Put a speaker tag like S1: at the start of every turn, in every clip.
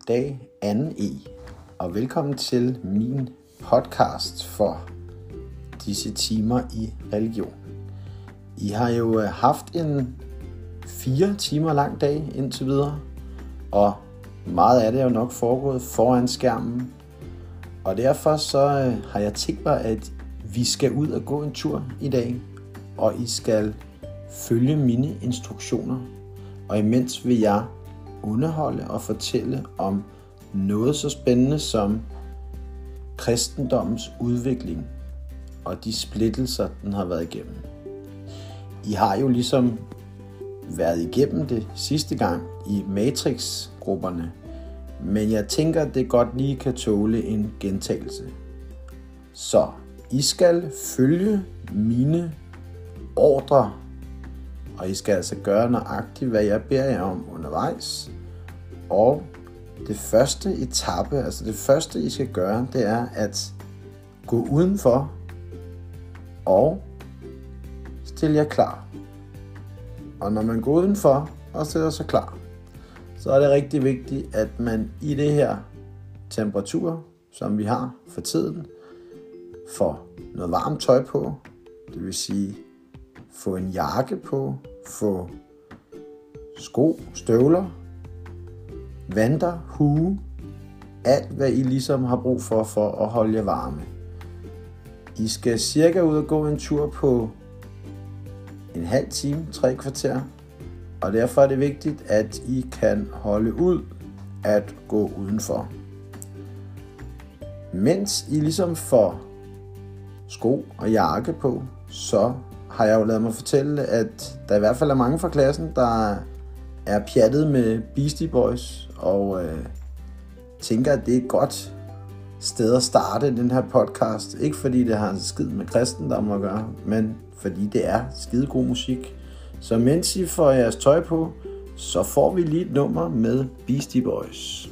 S1: dag 2E, og velkommen til min podcast for disse timer i religion. I har jo haft en 4 timer lang dag indtil videre, og meget af det er jo nok foregået foran skærmen, og derfor så har jeg tænkt mig, at vi skal ud og gå en tur i dag, og I skal følge mine instruktioner, og imens vil jeg underholde og fortælle om noget så spændende som kristendommens udvikling og de splittelser, den har været igennem. I har jo ligesom været igennem det sidste gang i Matrix-grupperne, men jeg tænker, at det godt lige kan tåle en gentagelse. Så I skal følge mine ordrer, og I skal altså gøre nøjagtigt, hvad jeg beder jer om undervejs. Og det første etape, altså det første I skal gøre, det er at gå udenfor og stille jer klar. Og når man går udenfor og stiller sig klar, så er det rigtig vigtigt, at man i det her temperatur, som vi har for tiden, får noget varmt tøj på, det vil sige få en jakke på, få sko, støvler, vanter, hue, alt hvad I ligesom har brug for at holde jer varme. I skal cirka ud og gå en tur på en halv time, 3 kvarter, og derfor er det vigtigt, at I kan holde ud at gå udenfor. Mens I ligesom får sko og jakke på, så har jeg jo ladet mig fortælle, at der i hvert fald er mange fra klassen, der er pjattet med Beastie Boys, og tænker, at det er et godt sted at starte den her podcast. Ikke fordi det har en skid med kristendom at gøre, men fordi det er skidegod musik. Så mens I får jeres tøj på, så får vi lige et nummer med Beastie Boys.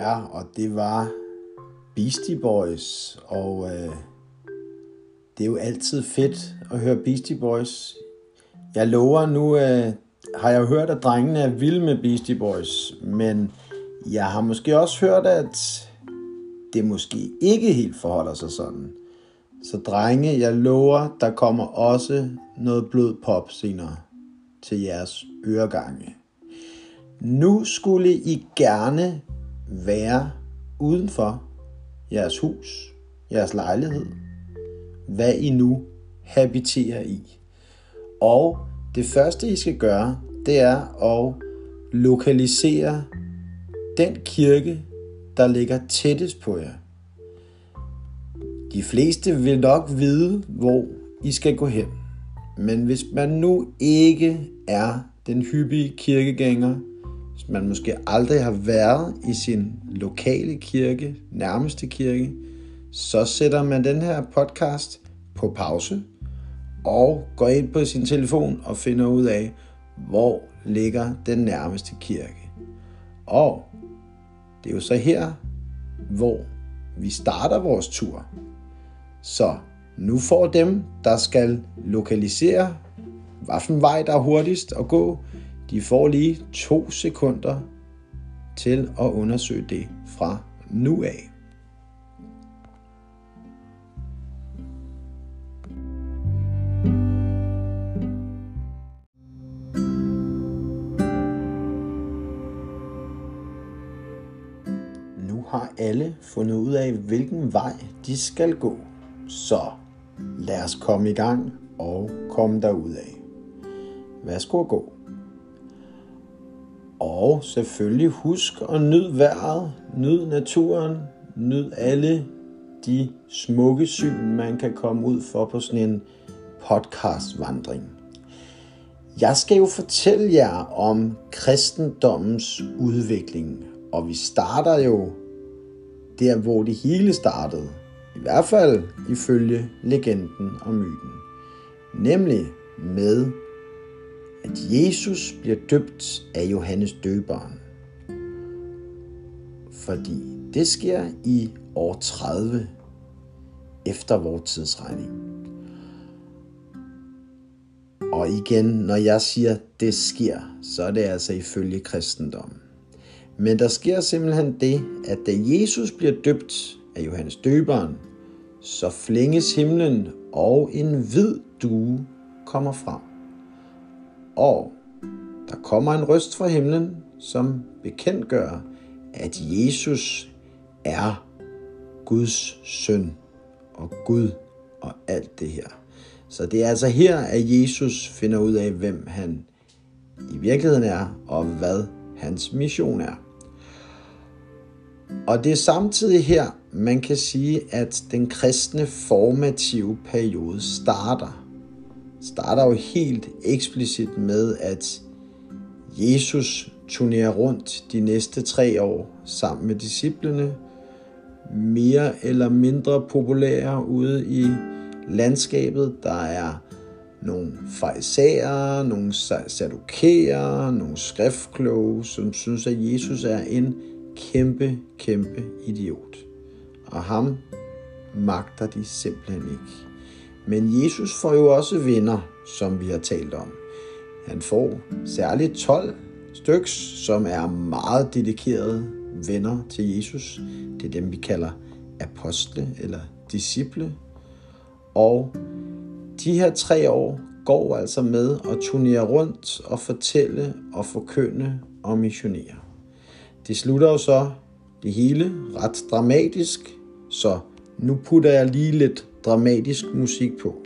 S1: Ja, og det var Beastie Boys, og det er jo altid fedt at høre Beastie Boys. Jeg lover, nu har jeg jo hørt, at drengene er vilde med Beastie Boys, men jeg har måske også hørt, at det måske ikke helt forholder sig sådan. Så drenge, jeg lover, der kommer også noget blød pop senere til jeres øregange. Nu skulle I gerne være udenfor jeres hus, jeres lejlighed, hvad I nu habiterer i. Og det første I skal gøre, det er at lokalisere den kirke, der ligger tættest på jer. De fleste vil nok vide, hvor I skal gå hen. Men hvis man nu ikke er den hyppige kirkegænger, hvis man måske aldrig har været i sin lokale kirke, nærmeste kirke, så sætter man den her podcast på pause og går ind på sin telefon og finder ud af, hvor ligger den nærmeste kirke. Og det er jo så her, hvor vi starter vores tur. Så nu får dem, der skal lokalisere, hvilken vej der er hurtigst at gå, de får lige 2 sekunder til at undersøge det fra nu af. Nu har alle fundet ud af, hvilken vej de skal gå. Så lad os komme i gang og komme derudad. Værsgo at gå. Og selvfølgelig husk at nyde vejret, nyd naturen, nyd alle de smukke syn, man kan komme ud for på sådan en podcastvandring. Jeg skal jo fortælle jer om kristendommens udvikling, og vi starter jo der, hvor det hele startede. I hvert fald ifølge legenden og myten. Nemlig med, at Jesus bliver døbt af Johannes Døberen. Fordi det sker i år 30 efter vores tidsregning. Og igen, når jeg siger, det sker, så er det altså ifølge kristendommen. Men der sker simpelthen det, at da Jesus bliver døbt af Johannes Døberen, så flænges himlen, og en hvid due kommer frem. Og der kommer en røst fra himlen, som bekendtgør, at Jesus er Guds søn og Gud og alt det her. Så det er altså her, at Jesus finder ud af, hvem han i virkeligheden er, og hvad hans mission er. Og det er samtidig her, man kan sige, at den kristne formative periode starter jo helt eksplicit med, at Jesus turnerer rundt de næste 3 år sammen med disciplene, mere eller mindre populære ude i landskabet. Der er nogle farisæere, nogle saddukeere, nogle skriftkloge, som synes, at Jesus er en kæmpe idiot. Og ham magter de simpelthen ikke. Men Jesus får jo også venner, som vi har talt om. Han får særligt 12 styks, som er meget dedikerede venner til Jesus. Det er dem, vi kalder apostle eller disciple. Og de her 3 år går altså med at turnere rundt og fortælle og forkynde og missionere. Det slutter jo så det hele ret dramatisk, så nu putter jeg lige lidt dramatisk musik på.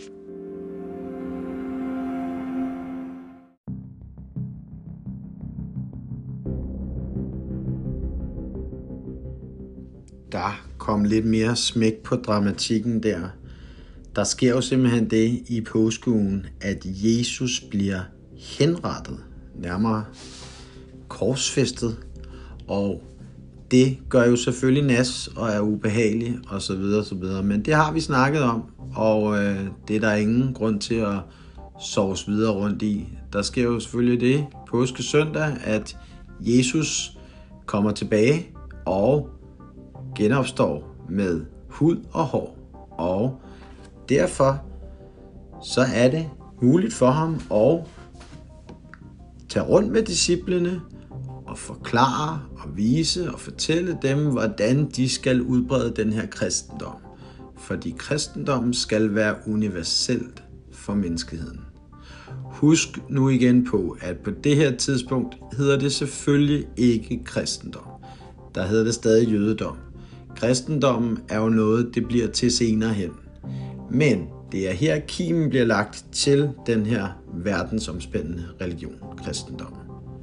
S1: Der kom lidt mere smæk på dramatikken der. Der sker jo simpelthen det i påskeugen, at Jesus bliver henrettet, nærmere korsfæstet, og det gør jo selvfølgelig nas og er ubehageligt osv. osv. Men det har vi snakket om, og det er der ingen grund til at sovs videre rundt i. Der sker jo selvfølgelig det påskesøndag, at Jesus kommer tilbage og genopstår med hud og hår. Og derfor så er det muligt for ham at tage rundt med disciplene og forklare og vise og fortælle dem, hvordan de skal udbrede den her kristendom. Fordi kristendommen skal være universelt for menneskeheden. Husk nu igen på, at på det her tidspunkt hedder det selvfølgelig ikke kristendom. Der hedder det stadig jødedom. Kristendommen er jo noget, det bliver til senere hen. Men det er her, kimen bliver lagt til den her verdensomspændende religion, kristendom.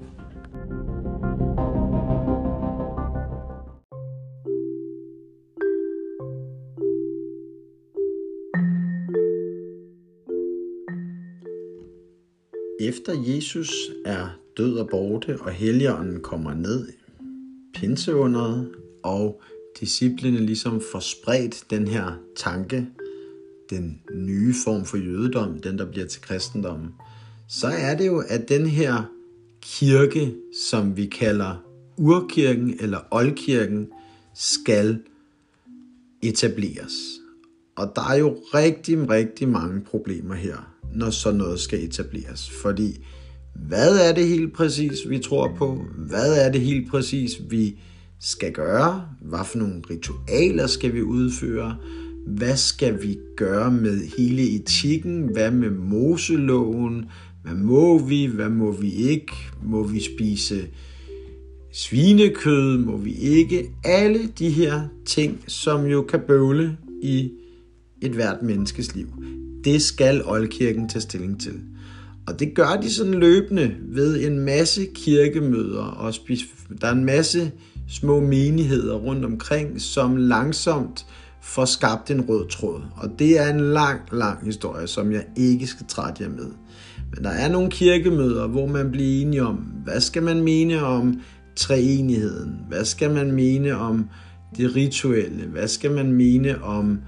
S1: Efter Jesus er død og borte, og Helligånden kommer ned i pinseunderet, og disciplene ligesom får spredt den her tanke, den nye form for jødedom, den der bliver til kristendommen, så er det jo, at den her kirke, som vi kalder urkirken eller oldkirken, skal etableres. Og der er jo rigtig mange problemer her, når sådan noget skal etableres. Fordi, hvad er det helt præcis, vi tror på? Hvad er det helt præcis, vi skal gøre? Hvad for nogle ritualer skal vi udføre? Hvad skal vi gøre med hele etikken? Hvad med Moseloven? Hvad må vi? Hvad må vi ikke? Må vi spise svinekød? Må vi ikke? Alle de her ting, som jo kan bøvle i et hvert menneskes liv. Det skal oldkirken tage stilling til. Og det gør de sådan løbende ved en masse kirkemøder. Og der er en masse små menigheder rundt omkring, som langsomt får skabt en rød tråd. Og det er en lang historie, som jeg ikke skal trætte jer med. Men der er nogle kirkemøder, hvor man bliver enige om, hvad skal man mene om treenigheden? Hvad skal man mene om det rituelle? Hvad skal man mene om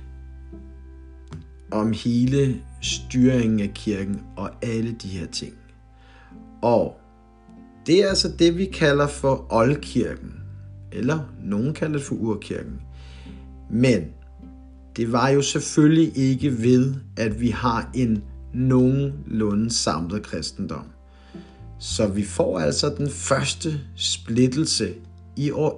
S1: hele styringen af kirken og alle de her ting? Og det er altså det, vi kalder for oldkirken, eller nogen kalder det for urkirken. Men det var jo selvfølgelig ikke ved, at vi har en nogenlunde samlet kristendom. Så vi får altså den første splittelse i år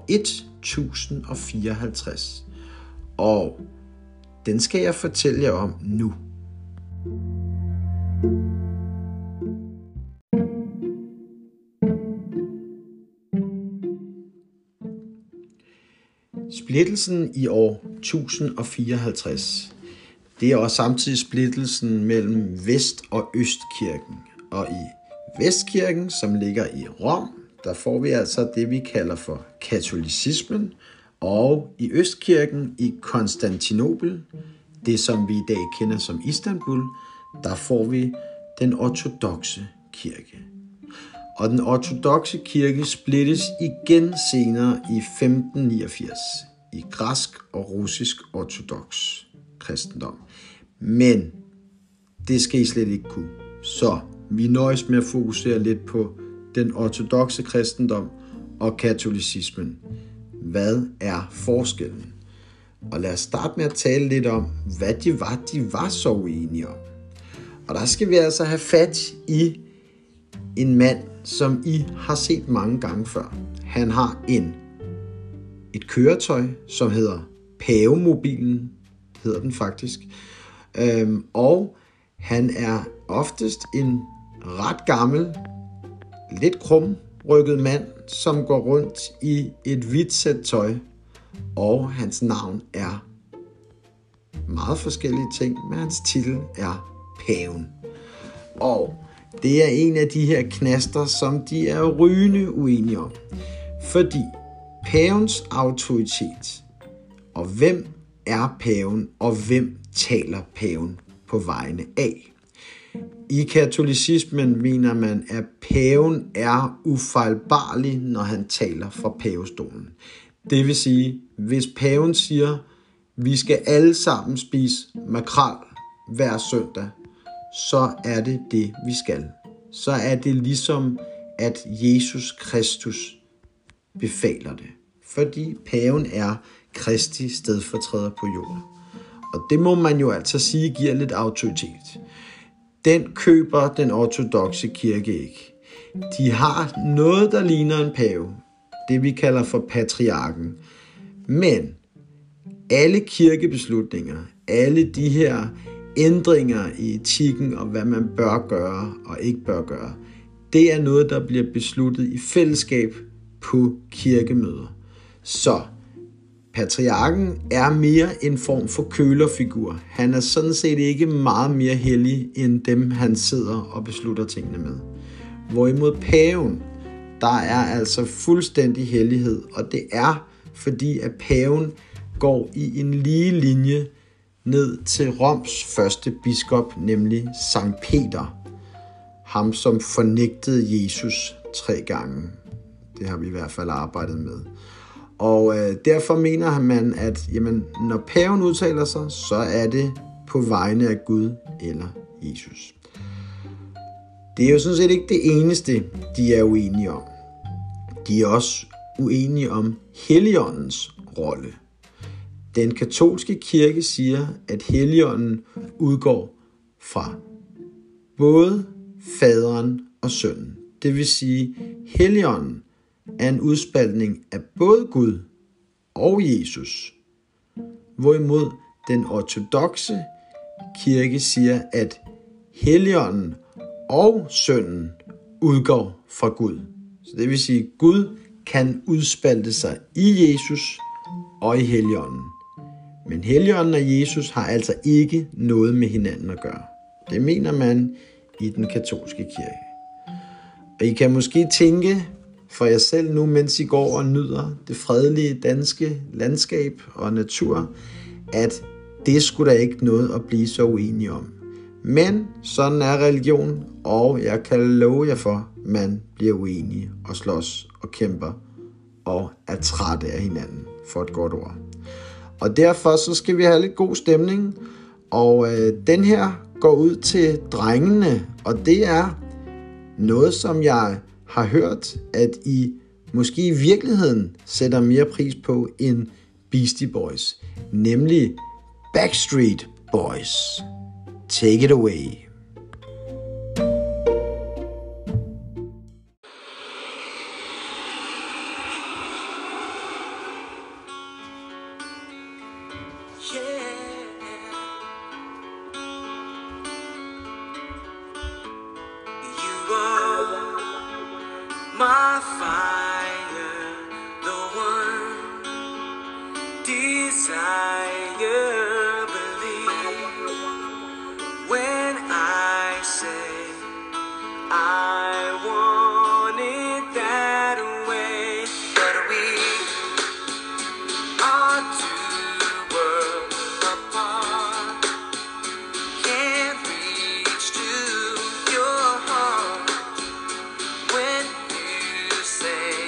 S1: 1054. Og den skal jeg fortælle jer om nu. Splittelsen i år 1054, det er også samtidig splittelsen mellem Vest- og Østkirken. Og i Vestkirken, som ligger i Rom, der får vi altså det, vi kalder for katolicismen. Og i Østkirken i Konstantinopel, det som vi i dag kender som Istanbul, der får vi den ortodokse kirke. Og den ortodokse kirke splittes igen senere i 1589 i græsk og russisk ortodoks kristendom. Men det skal I slet ikke kunne. Så vi nøjes med at fokusere lidt på den ortodokse kristendom og katolicismen. Hvad er forskellen? Og lad os starte med at tale lidt om, hvad de var så uenige om. Og der skal vi altså have fat i en mand, som I har set mange gange før. Han har et køretøj, som hedder Pavemobilen, hedder den faktisk. Og han er oftest en ret gammel, lidt krumrykket mand, som går rundt i et hvidt sæt tøj. Og hans navn er meget forskellige ting, men hans titel er Paven. Og det er en af de her knaster, som de er rygende uenige om. Fordi pavens autoritet, og hvem er paven, og hvem taler paven på vegne af? I katolicismen mener man, at paven er ufejlbarlig, når han taler fra pavestolen. Det vil sige, hvis paven siger, vi skal alle sammen spise makrel hver søndag, så er det det, vi skal. Så er det ligesom, at Jesus Kristus befaler det. fordi paven er Kristi stedfortræder på jorden. Og det må man jo altså sige giver lidt autoritet. Den køber den ortodokse kirke ikke. De har noget, der ligner en pave, det vi kalder for patriarken. Men alle kirkebeslutninger, alle de her ændringer i etikken og hvad man bør gøre og ikke bør gøre, det er noget, der bliver besluttet i fællesskab på kirkemøder. Så patriarken er mere en form for kølerfigur. Han er sådan set ikke meget mere hellig end dem, han sidder og beslutter tingene med. Hvorimod paven, der er altså fuldstændig hellighed, og det er fordi, at paven går i en lige linje ned til Roms første biskop, nemlig Sankt Peter. Ham, som fornægtede Jesus 3 gange. Det har vi i hvert fald arbejdet med. Og derfor mener man, at jamen, når paven udtaler sig, så er det på vegne af Gud eller Jesus. Det er jo sådan set ikke det eneste, de er uenige om. De er også uenige om Helligåndens rolle. Den katolske kirke siger, at Helligånden udgår fra både faderen og sønnen. Det vil sige, Helligånden er en udspaltning af både Gud og Jesus. Hvorimod den ortodokse kirke siger, at Helligånden og sønnen udgår fra Gud. Så det vil sige, at Gud kan udspalte sig i Jesus og i Helligånden. Men Helligånden og Jesus har altså ikke noget med hinanden at gøre. Det mener man i den katolske kirke. Og I kan måske tænke for jer selv nu, mens I går og nyder det fredelige danske landskab og natur, at det skulle da ikke noget at blive så uenige om. Men sådan er religion, og jeg kan love jer for, man bliver uenige og slås og kæmper og er trætte af hinanden, for et godt ord. Og derfor så skal vi have lidt god stemning, og den her går ud til drengene, og det er noget, som jeg har hørt, at I måske i virkeligheden sætter mere pris på end Beastie Boys, nemlig Backstreet Boys. Take it away.
S2: My fire, the one desire, believe when I say I want it that way. But we are 2 worlds apart, can't reach to your heart when you say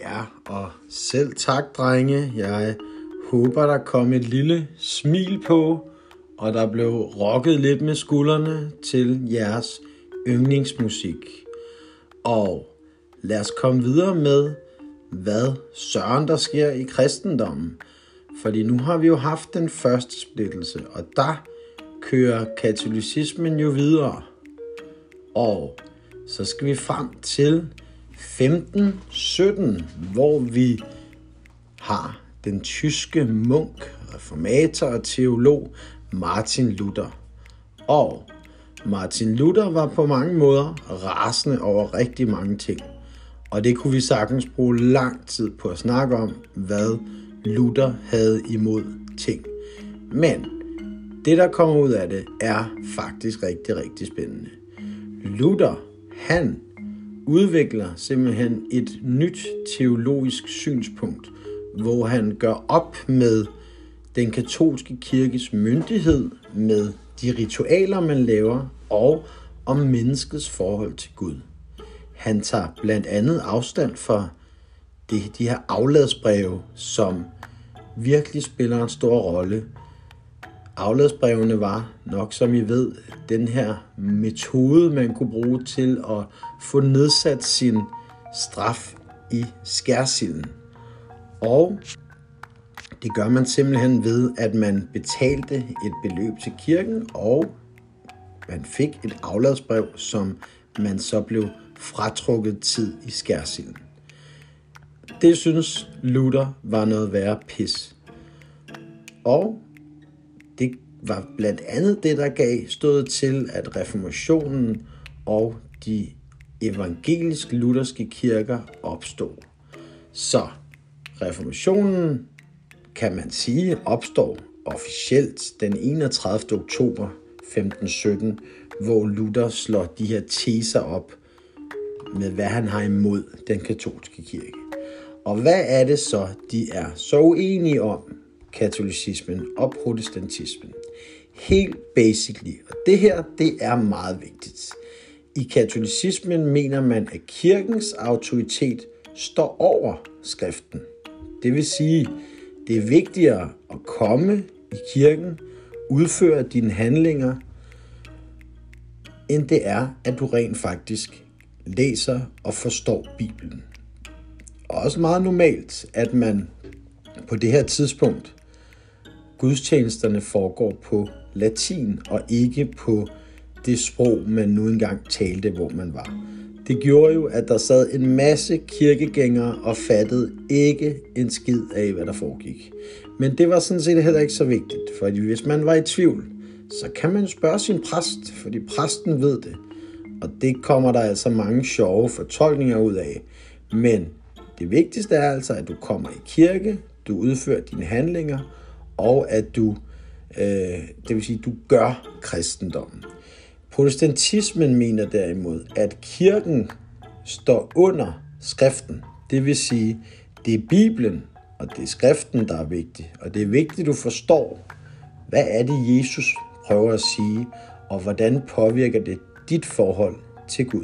S1: Ja, og selv tak, drenge. Jeg håber, der kom et lille smil på, og der blev rocket lidt med skuldrene til jeres yndlingsmusik. Og lad os komme videre med, hvad søren der sker i kristendommen. Fordi nu har vi jo haft den første splittelse, og der kører katolicismen jo videre. Og så skal vi frem til 1517, hvor vi har den tyske munk, reformator og teolog Martin Luther. Og Martin Luther var på mange måder rasende over rigtig mange ting. Og det kunne vi sagtens bruge lang tid på at snakke om, hvad Luther havde imod ting. Men det, der kommer ud af det, er faktisk rigtig, rigtig spændende. Luther, han udvikler simpelthen et nyt teologisk synspunkt, hvor han gør op med den katolske kirkes myndighed, med de ritualer, man laver, og om menneskets forhold til Gud. Han tager blandt andet afstand fra de her afladsbreve, som virkelig spiller en stor rolle. Afladsbrevene var nok, som I ved, den her metode, man kunne bruge til at få nedsat sin straf i skærsilden. Og det gør man simpelthen ved, at man betalte et beløb til kirken, og man fik et afladsbrev, som man så blev fratrukket tid i skærsilden. Det synes Luther var noget værre pis. Og det var blandt andet det, der gav stødet til, at reformationen og de evangelisk-lutherske kirker opstod. Så reformationen, kan man sige, opstår officielt den 31. oktober 1517, hvor Luther slår de her teser op med, hvad han har imod den katolske kirke. Og hvad er det så, de er så uenige om, katolicismen og protestantismen? Helt basically, og det her, det er meget vigtigt. I katolicismen mener man, at kirkens autoritet står over skriften. Det vil sige, det er vigtigere at komme i kirken, udføre dine handlinger, end det er, at du rent faktisk læser og forstår Bibelen. Også meget normalt, at man på det her tidspunkt, gudstjenesterne foregår på latin og ikke på det sprog, man nu engang talte, hvor man var. Det gjorde jo, at der sad en masse kirkegængere og fattede ikke en skid af, hvad der foregik. Men det var sådan set heller ikke så vigtigt, fordi hvis man var i tvivl, så kan man spørge sin præst, fordi præsten ved det. Og det kommer der altså mange sjove fortolkninger ud af. Men det vigtigste er altså, at du kommer i kirke, du udfører dine handlinger, og at du, det vil sige, du gør kristendommen. Protestantismen mener derimod, at kirken står under skriften. Det vil sige, det er Bibelen, og det er skriften, der er vigtig. Og det er vigtigt, at du forstår, hvad er det, Jesus prøver at sige, og hvordan påvirker det dit forhold til Gud.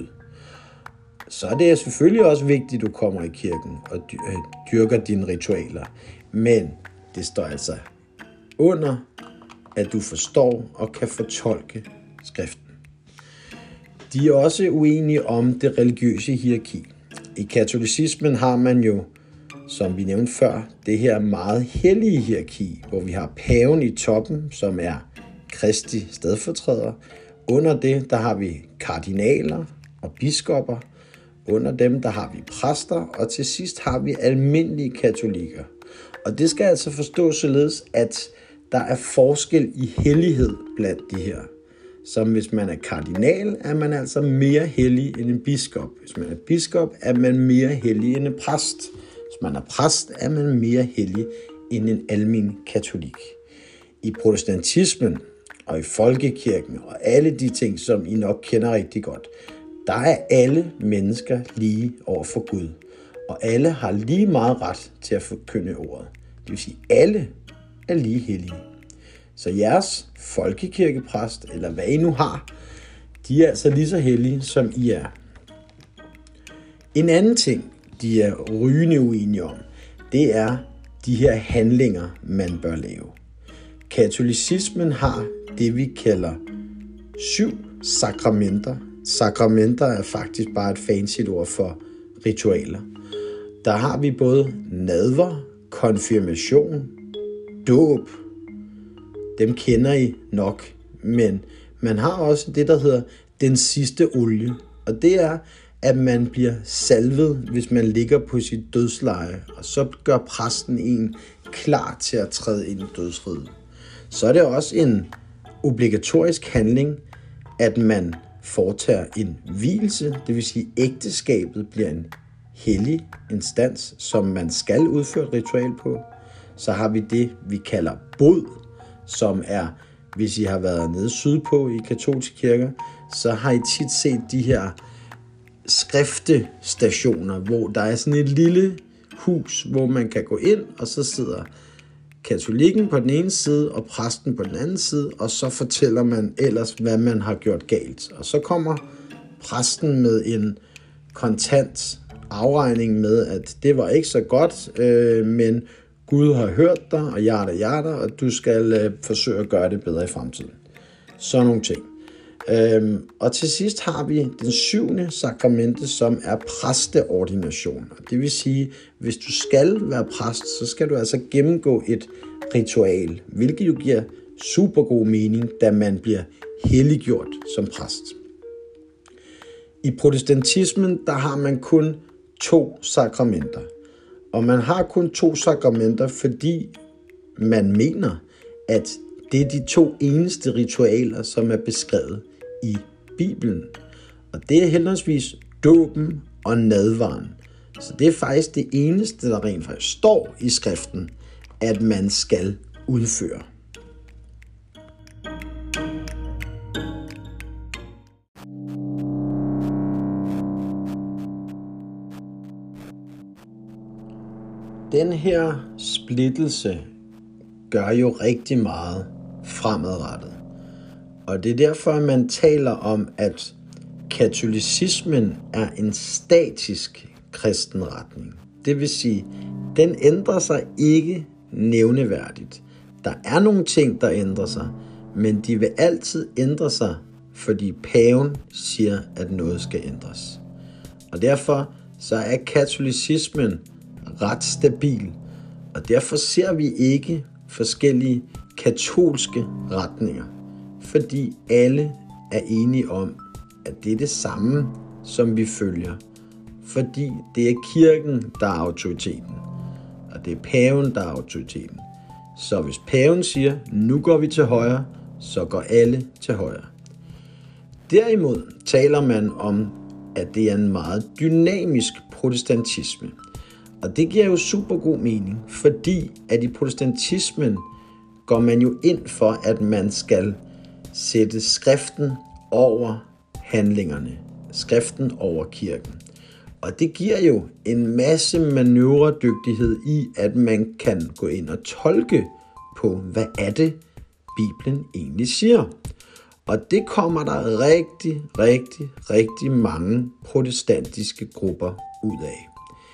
S1: Så er det selvfølgelig også vigtigt, at du kommer i kirken og dyrker dine ritualer. Men det står altså under, at du forstår og kan fortolke skriften. De er også uenige om det religiøse hierarki. I katolicismen har man jo, som vi nævnte før, det her meget hellige hierarki, hvor vi har paven i toppen, som er Kristi stedfortræder. Under det, der har vi kardinaler og biskopper. Under dem, der har vi præster, og til sidst har vi almindelige katolikker. Og det skal altså forstås således, at der er forskel i hellighed blandt de her. Som hvis man er kardinal, er man altså mere hellig end en biskop. Hvis man er biskop, er man mere hellig end en præst. Hvis man er præst, er man mere hellig end en almen katolik. I protestantismen og i folkekirken og alle de ting, som I nok kender rigtig godt, der er alle mennesker lige over for Gud. Og alle har lige meget ret til at forkynde ordet. Det vil sige, at alle er lige hellige. Så jeres folkekirkepræst, eller hvad I nu har, de er altså lige så hellige, som I er. En anden ting, de er rygende uenige om, det er de her handlinger, man bør lave. Katolicismen har det, vi kalder 7 sakramenter. Sakramenter er faktisk bare et fancy ord for ritualer. Der har vi både nadver, konfirmation, dåb. Dem kender I nok, men man har også det, der hedder den sidste olie. Og det er, at man bliver salvet, hvis man ligger på sit dødsleje, og så gør præsten en klar til at træde ind i dødsriget. Så er det også en obligatorisk handling, at man foretager en vielse, det vil sige ægteskabet bliver en hellig instans, som man skal udføre et ritual på. Så har vi det, vi kalder bod, som er, hvis I har været nede sydpå i katolske kirker, så har I tit set de her skriftestationer, hvor der er sådan et lille hus, hvor man kan gå ind, og så sidder katolikken på den ene side, og præsten på den anden side, og så fortæller man ellers, hvad man har gjort galt. Og så kommer præsten med en kontant afregning med, at det var ikke så godt, men Gud har hørt dig, og hjerter, og du skal forsøge at gøre det bedre i fremtiden. Sådan nogle ting. Og til sidst har vi den 7. sakramente, som er præsteordination. Det vil sige, hvis du skal være præst, så skal du altså gennemgå et ritual, hvilket jo giver super god mening, da man bliver helliggjort som præst. I protestantismen, der har man kun 2 sakramenter. Og man har kun 2 sakramenter, fordi man mener, at det er de 2 eneste ritualer, som er beskrevet i Bibelen. Og det er henholdsvis dåben og nadveren. Så det er faktisk det eneste, der rent faktisk står i skriften, at man skal udføre. Den her splittelse gør jo rigtig meget fremadrettet. Og det er derfor, at man taler om, at katolicismen er en statisk kristen retning. Det vil sige, den ændrer sig ikke nævneværdigt. Der er nogle ting, der ændrer sig, men de vil altid ændre sig, fordi paven siger, at noget skal ændres. Og derfor så er katolicismen ret stabil, og derfor ser vi ikke forskellige katolske retninger, fordi alle er enige om, at det er det samme, som vi følger, fordi det er kirken, der er autoriteten, og det er paven, der er autoriteten. Så hvis paven siger, nu går vi til højre, så går alle til højre. Derimod taler man om, at det er en meget dynamisk protestantisme. Og det giver jo super god mening, fordi at i protestantismen går man jo ind for, at man skal sætte skriften over handlingerne, skriften over kirken. Og det giver jo en masse manøvredygtighed i, at man kan gå ind og tolke på, hvad er det, Bibelen egentlig siger. Og det kommer der rigtig mange protestantiske grupper ud af.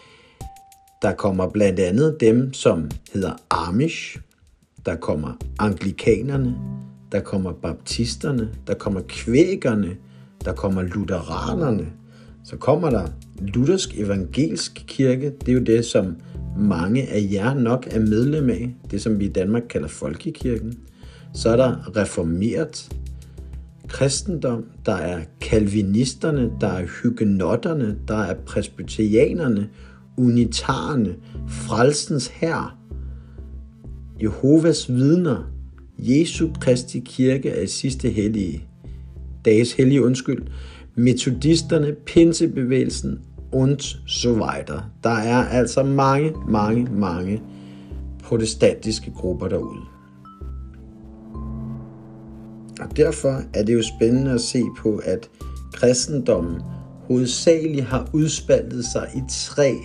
S1: Der kommer blandt andet dem, som hedder Amish, der kommer anglikanerne, der kommer baptisterne, der kommer kvækerne, der kommer lutheranerne. Så kommer der luthersk evangelisk kirke, det er jo det, som mange af jer nok er medlem af, det som vi i Danmark kalder folkekirken. Så er der reformeret kristendom, der er kalvinisterne, der er hygenotterne, der er presbyterianerne, unitarerne, frelsens hær, Jehovas vidner, Jesu Kristi kirke er sidste dages hellige, metodisterne, pinsebevægelsen und so weiter. Der er altså mange protestantiske grupper derude. Og derfor er det jo spændende at se på, at kristendommen hovedsageligt har udspaltet sig i 3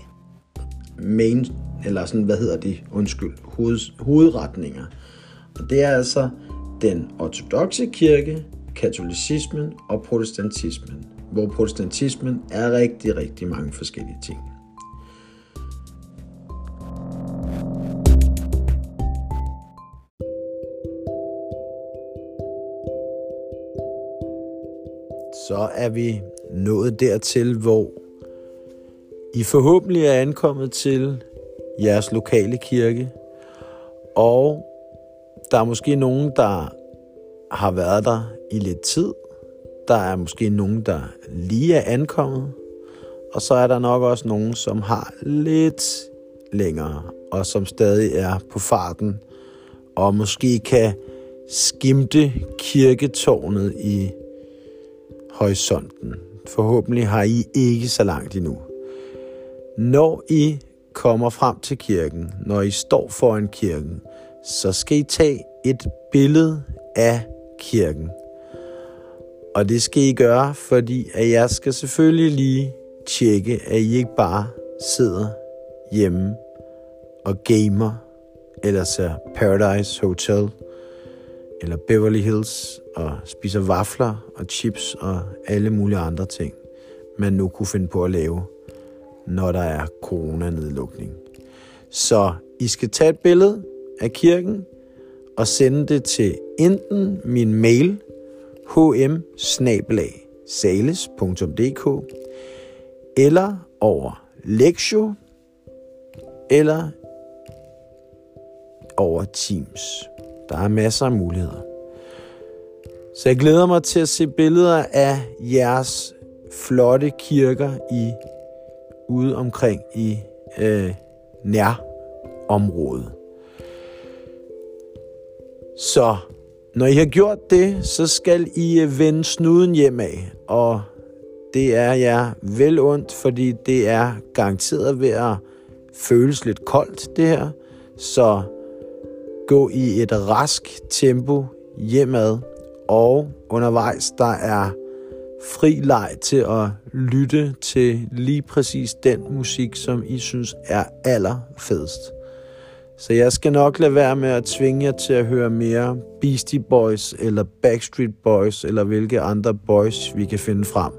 S1: hovedretninger. Og det er altså den ortodokse kirke, katolicismen og protestantismen, hvor protestantismen er rigtig mange forskellige ting. så er vi nået dertil, hvor I forhåbentlig er ankommet til jeres lokale kirke, og der er måske nogen, der har været der i lidt tid. Der er måske nogen, der lige er ankommet, og så er der nok også nogen, som har lidt længere, og som stadig er på farten, og måske kan skimte kirketårnet i horisonten. Forhåbentlig har I ikke så langt endnu. Når I kommer frem til kirken, når I står foran kirken, så skal I tage et billede af kirken. Og det skal I gøre, fordi at jeg skal selvfølgelig lige tjekke, at I ikke bare sidder hjemme og gamer, eller ser Paradise Hotel, eller Beverly Hills, og spiser vafler og chips og alle mulige andre ting, man nu kunne finde på at lave, når der er coronanedlukning. Så I skal tage et billede af kirken og sende det til enten min mail hm@sales.dk eller over Lexio eller over Teams. Der er masser af muligheder. Så jeg glæder mig til at se billeder af jeres flotte kirker ude omkring i nærområdet. Så når I har gjort det, så skal I vende snuden hjemad, og det er jer vel ondt, fordi det er garanteret ved at føles lidt koldt det her, så gå i et rask tempo hjemad, og undervejs der er fri leg til at lytte til lige præcis den musik, som I synes er allerfedest. Så jeg skal nok lade være med at tvinge jer til at høre mere Beastie Boys eller Backstreet Boys eller hvilke andre boys vi kan finde frem.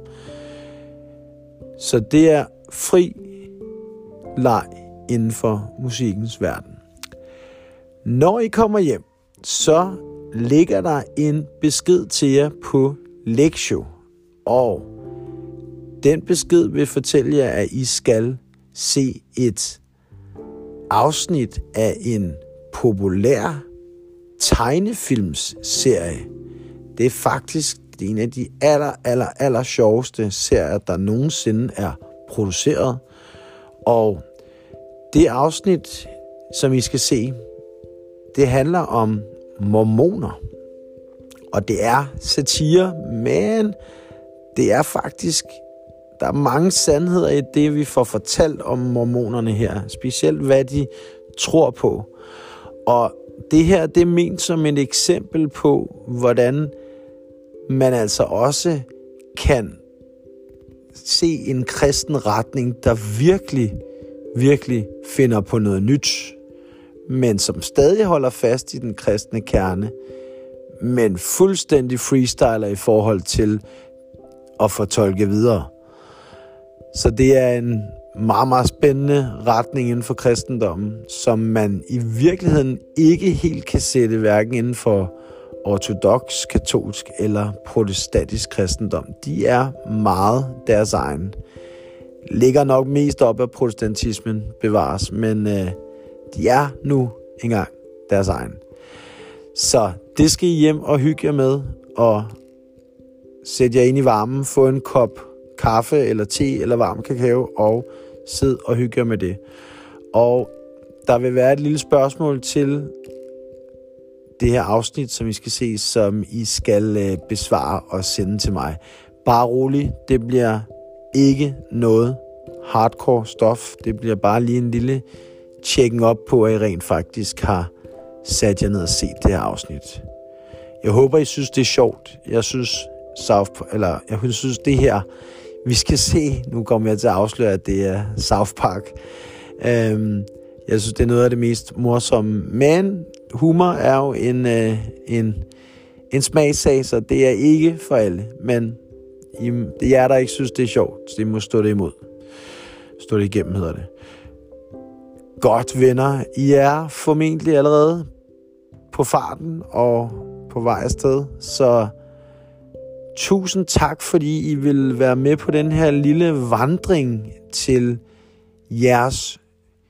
S1: Så det er fri leg inden for musikkens verden. Når I kommer hjem, så ligger der en besked til jer på Lexio, og den besked vil fortælle jer, at I skal se et afsnit af en populær tegnefilmsserie. Det er faktisk en af de aller sjoveste serier, der nogensinde er produceret. Og det afsnit, som I skal se, det handler om mormoner. Og det er satire, men det er faktisk, der er mange sandheder i det, vi får fortalt om mormonerne her. Specielt hvad de tror på. Og det her, det er ment som et eksempel på, hvordan man altså også kan se en kristen retning, der virkelig finder på noget nyt, men som stadig holder fast i den kristne kerne, men fuldstændig freestyler i forhold til at fortolke videre. Så det er en meget spændende retning inden for kristendommen, som man i virkeligheden ikke helt kan sætte hverken inden for ortodoks, katolsk eller protestantisk kristendom. De er meget deres egen. Ligger nok mest op af protestantismen bevares, men de er nu engang deres egen. Så det skal I hjem og hygge jer med, og sætte jer ind i varmen, få en kop kaffe eller te eller varm kakao, og sid og hygge jer med det. Og der vil være et lille spørgsmål til det her afsnit, som I skal se, som I skal besvare og sende til mig. Bare rolig, det bliver ikke noget hardcore stof. Det bliver bare lige en lille tjekken op på, at I rent faktisk har sat jer ned og set det her afsnit. Jeg håber, I synes, det er sjovt. Jeg synes det her, vi skal se, nu kommer jeg til at afsløre, at det er South Park. Jeg synes, det er noget af det mest morsomme. Men humor er jo en smagssag, så det er ikke for alle. Men det er jer, der ikke synes, det er sjovt. Så I må stå det imod. Stå det igennem, hedder det. Godt, venner. I er formentlig allerede på farten og på vej afsted. Så Tusind tak, fordi I vil være med på den her lille vandring til jeres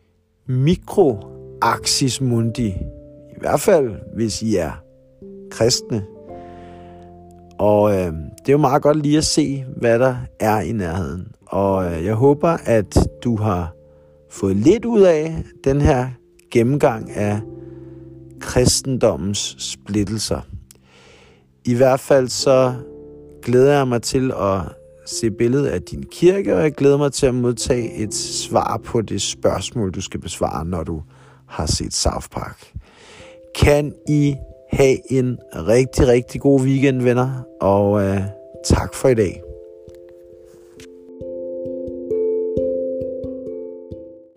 S1: mikroaxis mundi. I hvert fald, hvis I er kristne. Og det er jo meget godt lige at se, hvad der er i nærheden. Og jeg håber, at du har fået lidt ud af den her gennemgang af kristendommens splittelser. I hvert fald så glæder jeg mig til at se billedet af din kirke, og jeg glæder mig til at modtage et svar på det spørgsmål, du skal besvare, når du har set South Park. Kan I have en rigtig, rigtig god weekend, venner, og tak for i dag.